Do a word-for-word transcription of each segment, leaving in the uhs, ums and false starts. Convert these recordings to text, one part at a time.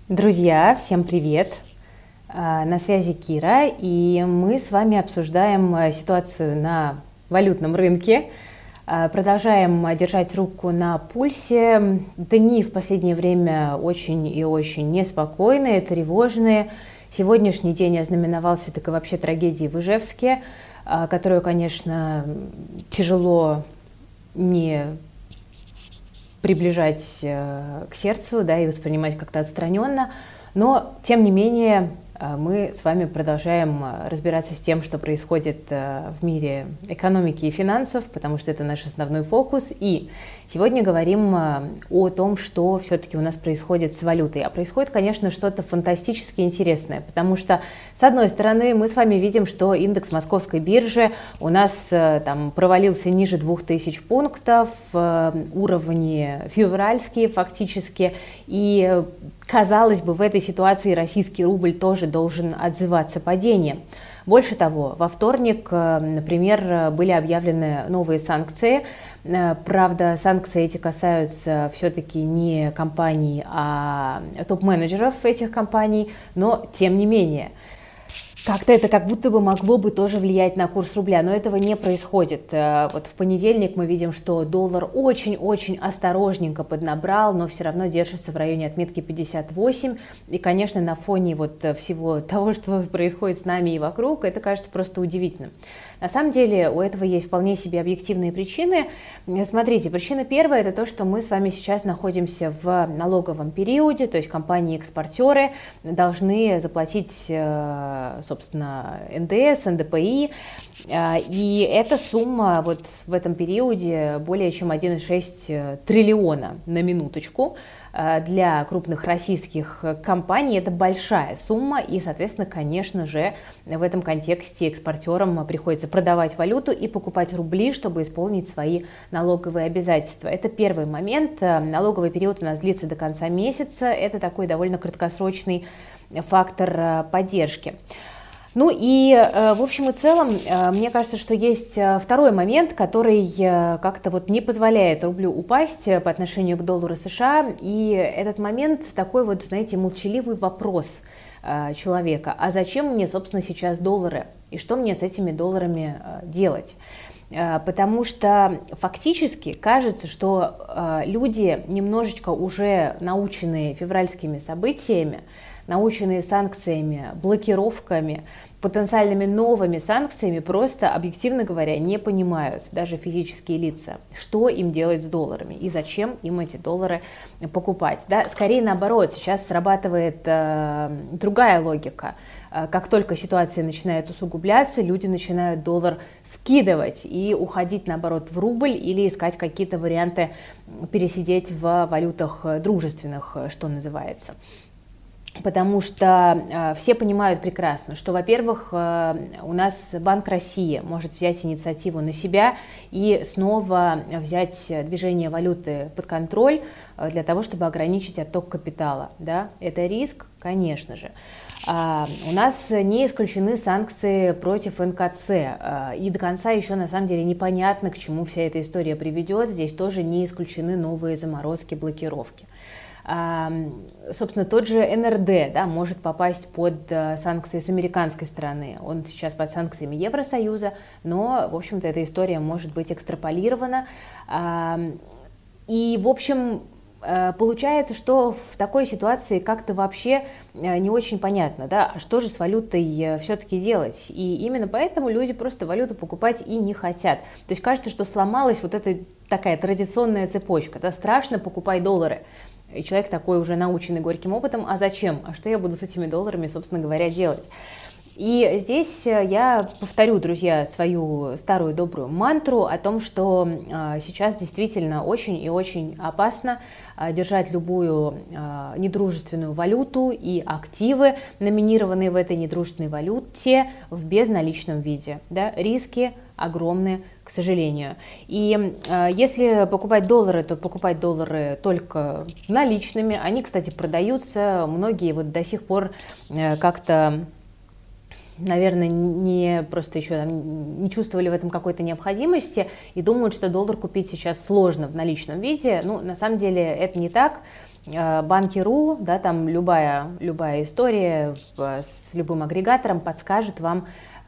Друзья, всем привет! На связи Кира, и мы с вами обсуждаем ситуацию на валютном рынке. Продолжаем держать руку на пульсе. Дни в последнее время очень и очень неспокойные, тревожные. Сегодняшний день ознаменовался так и вообще трагедией в Ижевске, которую, конечно, тяжело не приближать к сердцу, да, и воспринимать как-то отстраненно, но тем не менее мы с вами продолжаем разбираться с тем, что происходит в мире экономики и финансов, потому что это наш основной фокус. И сегодня говорим о том, что все-таки у нас происходит с валютой. А происходит, конечно, что-то фантастически интересное, потому что, с одной стороны, мы с вами видим, что индекс московской биржи у нас там провалился ниже двух тысяч пунктов, уровни февральские фактически, и казалось бы, в этой ситуации российский рубль тоже должен отзываться падением. Больше того, во вторник, например, были объявлены новые санкции. Правда, санкции эти касаются все-таки не компаний, а топ-менеджеров этих компаний, но тем не менее. Как-то это как будто бы могло бы тоже влиять на курс рубля, но этого не происходит. Вот в понедельник мы видим, что доллар очень-очень осторожненько поднабрал, но все равно держится в районе отметки пятьдесят восемь. И, конечно, на фоне вот всего того, что происходит с нами и вокруг, это кажется просто удивительным. На самом деле у этого есть вполне себе объективные причины. Смотрите, причина первая – это то, что мы с вами сейчас находимся в налоговом периоде, то есть компании-экспортеры должны заплатить, собственно, эн дэ эс, эн дэ пэ и, и эта сумма вот в этом периоде более чем один и шесть триллиона на минуточку. Для крупных российских компаний это большая сумма, и, соответственно, конечно же, в этом контексте экспортерам приходится продавать валюту и покупать рубли, чтобы исполнить свои налоговые обязательства. Это первый момент. Налоговый период у нас длится до конца месяца. Это такой довольно краткосрочный фактор поддержки. Ну и, в общем и целом, мне кажется, что есть второй момент, который как-то вот не позволяет рублю упасть по отношению к доллару США. И этот момент такой вот, знаете, молчаливый вопрос человека. А зачем мне, собственно, сейчас доллары? И что мне с этими долларами делать? Потому что фактически кажется, что люди, немножечко уже наученные февральскими событиями, наученные санкциями, блокировками, потенциальными новыми санкциями, просто, объективно говоря, не понимают, даже физические лица, что им делать с долларами и зачем им эти доллары покупать. Да? Скорее наоборот, сейчас срабатывает э, другая логика. Как только ситуация начинает усугубляться, люди начинают доллар скидывать и уходить, наоборот, в рубль или искать какие-то варианты пересидеть в валютах дружественных, что называется. Потому что э, все понимают прекрасно, что, во-первых, э, у нас Банк России может взять инициативу на себя и снова взять движение валюты под контроль э, для того, чтобы ограничить отток капитала. Да? Это риск, конечно же. Uh, у нас не исключены санкции против эн ка цэ, uh, и до конца еще на самом деле непонятно, к чему вся эта история приведет. Здесь тоже не исключены новые заморозки, блокировки. Uh, собственно, тот же эн эр дэ, да, может попасть под uh, санкции с американской стороны. Он сейчас под санкциями Евросоюза, но, в общем-то, эта история может быть экстраполирована. Uh, и, в общем, получается, что в такой ситуации как-то вообще не очень понятно, да, что же с валютой все-таки делать. И именно поэтому люди просто валюту покупать и не хотят. То есть кажется, что сломалась вот эта такая традиционная цепочка. Да, страшно, покупай доллары. И человек такой уже наученный горьким опытом, а зачем? А что я буду с этими долларами, собственно говоря, делать? И здесь я повторю, друзья, свою старую добрую мантру о том, что сейчас действительно очень и очень опасно держать любую недружественную валюту и активы, номинированные в этой недружественной валюте, в безналичном виде. Да? Риски огромные, к сожалению. И э, если покупать доллары, то покупать доллары только наличными. Они, кстати, продаются. Многие вот до сих пор э, как-то наверное, не просто еще там, не чувствовали в этом какой-то необходимости и думают, что доллар купить сейчас сложно в наличном виде. Ну, на самом деле это не так. Банки.ру, да, там любая, любая история с любым агрегатором подскажет вам,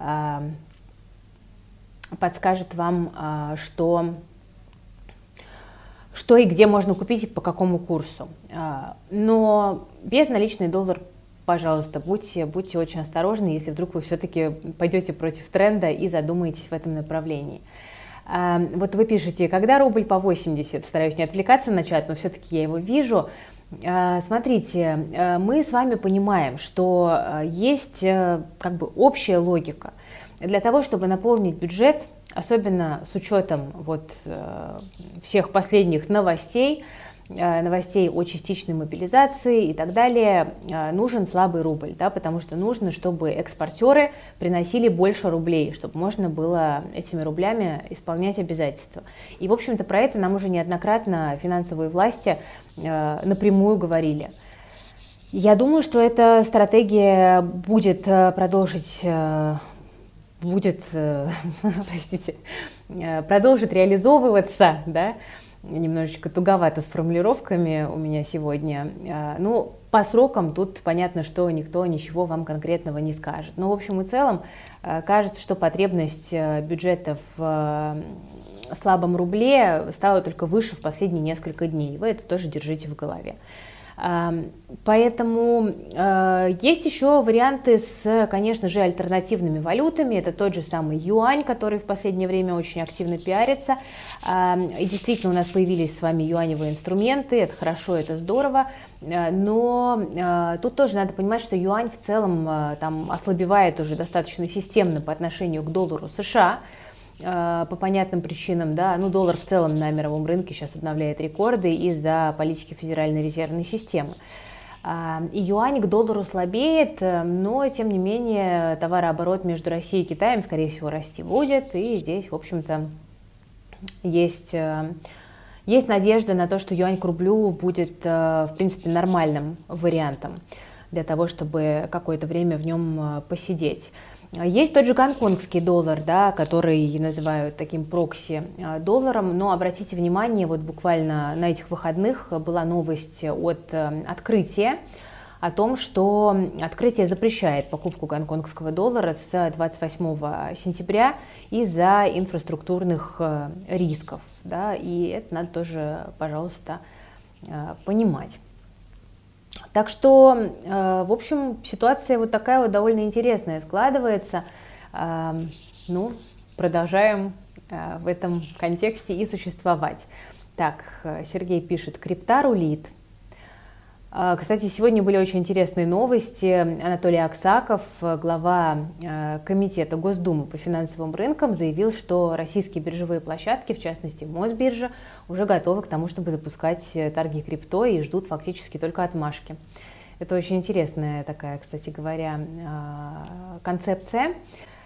подскажет вам, что, что и где можно купить и по какому курсу. Но безналичный доллар, пожалуйста, будьте, будьте очень осторожны, если вдруг вы все-таки пойдете против тренда и задумаетесь в этом направлении. Вот вы пишете, когда рубль по восемьдесят, стараюсь не отвлекаться на чат, но все-таки я его вижу. Смотрите, мы с вами понимаем, что есть как бы общая логика. Для того, чтобы наполнить бюджет, особенно с учетом вот всех последних новостей, новостей о частичной мобилизации и так далее, нужен слабый рубль, да, потому что нужно, чтобы экспортеры приносили больше рублей, чтобы можно было этими рублями исполнять обязательства. И, в общем-то, про это нам уже неоднократно финансовые власти напрямую говорили. Я думаю, что эта стратегия будет продолжить, будет, простите, продолжит реализовываться, да. Немножечко туговато с формулировками у меня сегодня. Ну, по срокам тут понятно, что никто ничего вам конкретного не скажет. Но в общем и целом кажется, что потребность бюджета в слабом рубле стала только выше в последние несколько дней. Вы это тоже держите в голове. Поэтому э, есть еще варианты с, конечно же, альтернативными валютами. Это тот же самый юань, который в последнее время очень активно пиарится. Э, и действительно у нас появились с вами юаневые инструменты. Это хорошо, это здорово. Э, но э, тут тоже надо понимать, что юань в целом э, там ослабевает уже достаточно системно по отношению к доллару США. По понятным причинам, да, ну доллар в целом на мировом рынке сейчас обновляет рекорды из-за политики Федеральной резервной системы. И юань к доллару слабеет, но тем не менее товарооборот между Россией и Китаем, скорее всего, расти будет, и здесь, в общем-то, есть, есть надежда на то, что юань к рублю будет, в принципе, нормальным вариантом для того, чтобы какое-то время в нем посидеть. Есть тот же гонконгский доллар, да, который называют таким прокси-долларом, но обратите внимание, вот буквально на этих выходных была новость от Открытия о том, что Открытие запрещает покупку гонконгского доллара с двадцать восьмого сентября из-за инфраструктурных рисков, да, и это надо тоже, пожалуйста, понимать. Так что, в общем, ситуация вот такая вот довольно интересная складывается. Ну, продолжаем в этом контексте и существовать. Так, Сергей пишет, крипта рулит. Кстати, сегодня были очень интересные новости. Анатолий Аксаков, глава комитета Госдумы по финансовым рынкам, заявил, что российские биржевые площадки, в частности Мосбиржа, уже готовы к тому, чтобы запускать торги крипто и ждут фактически только отмашки. Это очень интересная такая, кстати говоря, концепция,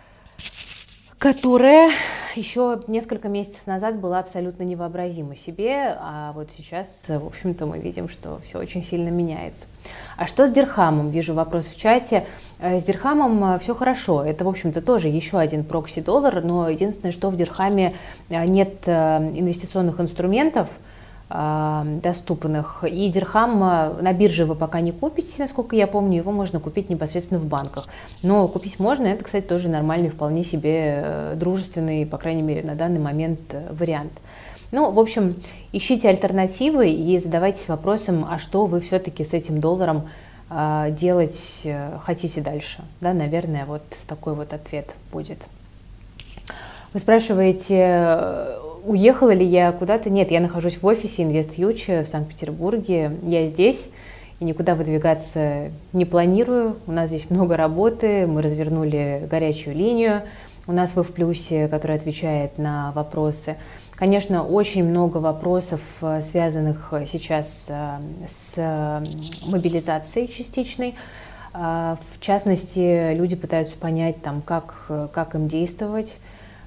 которая еще несколько месяцев назад была абсолютно невообразима себе, а вот сейчас, в общем-то, мы видим, что все очень сильно меняется. А что с дирхамом? Вижу вопрос в чате. С дирхамом все хорошо. Это, в общем-то, тоже еще один прокси-доллар, но единственное, что в дирхаме нет инвестиционных инструментов доступных, и дирхам на бирже вы пока не купите, насколько я помню, его можно купить непосредственно в банках. Но купить можно, это, кстати, тоже нормальный, вполне себе дружественный, по крайней мере, на данный момент вариант. Ну, в общем, ищите альтернативы и задавайтесь вопросом, а что вы все-таки с этим долларом делать хотите дальше. Да, наверное, вот такой вот ответ будет. Вы спрашиваете, уехала ли я куда-то? Нет, я нахожусь в офисе InvestFuture в Санкт-Петербурге. Я здесь и никуда выдвигаться не планирую. У нас здесь много работы, мы развернули горячую линию. У нас вы в плюсе, которая отвечает на вопросы. Конечно, очень много вопросов, связанных сейчас с мобилизацией частичной. В частности, люди пытаются понять, там, как, как им действовать.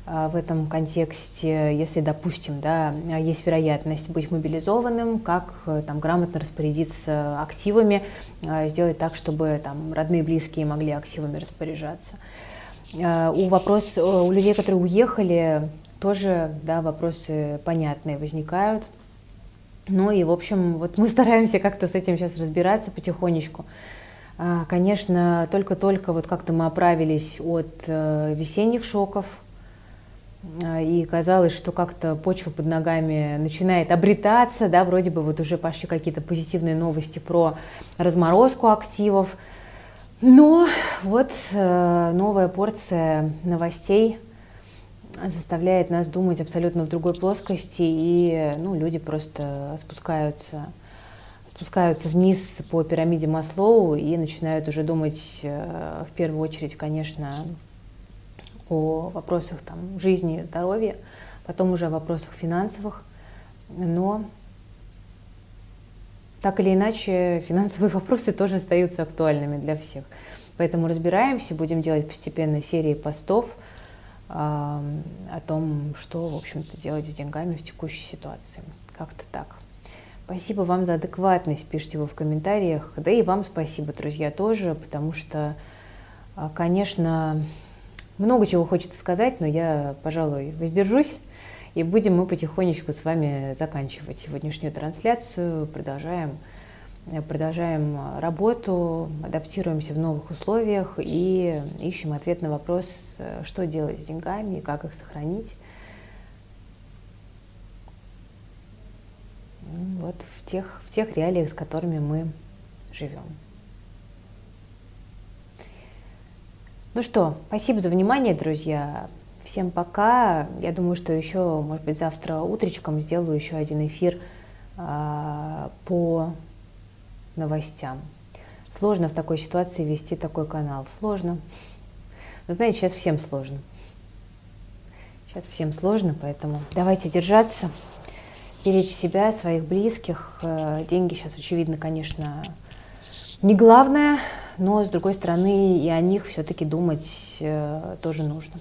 в этом контексте, если, допустим, да, есть вероятность быть мобилизованным, как там грамотно распорядиться активами, сделать так, чтобы там родные и близкие могли активами распоряжаться. У, вопрос, у людей, которые уехали, тоже, да, вопросы понятные возникают. Ну и, в общем, вот мы стараемся как-то с этим сейчас разбираться потихонечку. Конечно, только-только вот как-то мы оправились от весенних шоков, и казалось, что как-то почва под ногами начинает обретаться, да, вроде бы вот уже пошли какие-то позитивные новости про разморозку активов. Но вот э, новая порция новостей заставляет нас думать абсолютно в другой плоскости, и ну, люди просто спускаются, спускаются вниз по пирамиде Маслоу и начинают уже думать э, в первую очередь, конечно, о вопросах там, жизни, здоровья, потом уже о вопросах финансовых, но так или иначе финансовые вопросы тоже остаются актуальными для всех. Поэтому разбираемся, будем делать постепенно серии постов э, о том, что, в общем-то, делать с деньгами в текущей ситуации. Как-то так. Спасибо вам за адекватность, пишите его в комментариях. Да и вам спасибо, друзья, тоже, потому что, конечно, много чего хочется сказать, но я, пожалуй, воздержусь. И будем мы потихонечку с вами заканчивать сегодняшнюю трансляцию. Продолжаем, продолжаем работу, адаптируемся в новых условиях и ищем ответ на вопрос, что делать с деньгами и как их сохранить. Вот в тех, в тех реалиях, с которыми мы живем. Ну что, спасибо за внимание, друзья. Всем пока. Я думаю, что еще, может быть, завтра утречком сделаю еще один эфир э, по новостям. Сложно в такой ситуации вести такой канал. Сложно. Но знаете, сейчас всем сложно. Сейчас всем сложно, поэтому давайте держаться, беречь себя, своих близких. Деньги сейчас, очевидно, конечно, не главное, но, с другой стороны, и о них все-таки думать э, тоже нужно.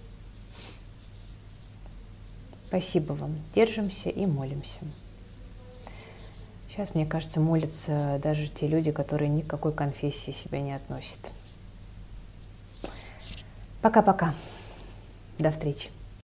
Спасибо вам. Держимся и молимся. Сейчас, мне кажется, молятся даже те люди, которые ни к какой конфессии себя не относят. Пока-пока. До встречи.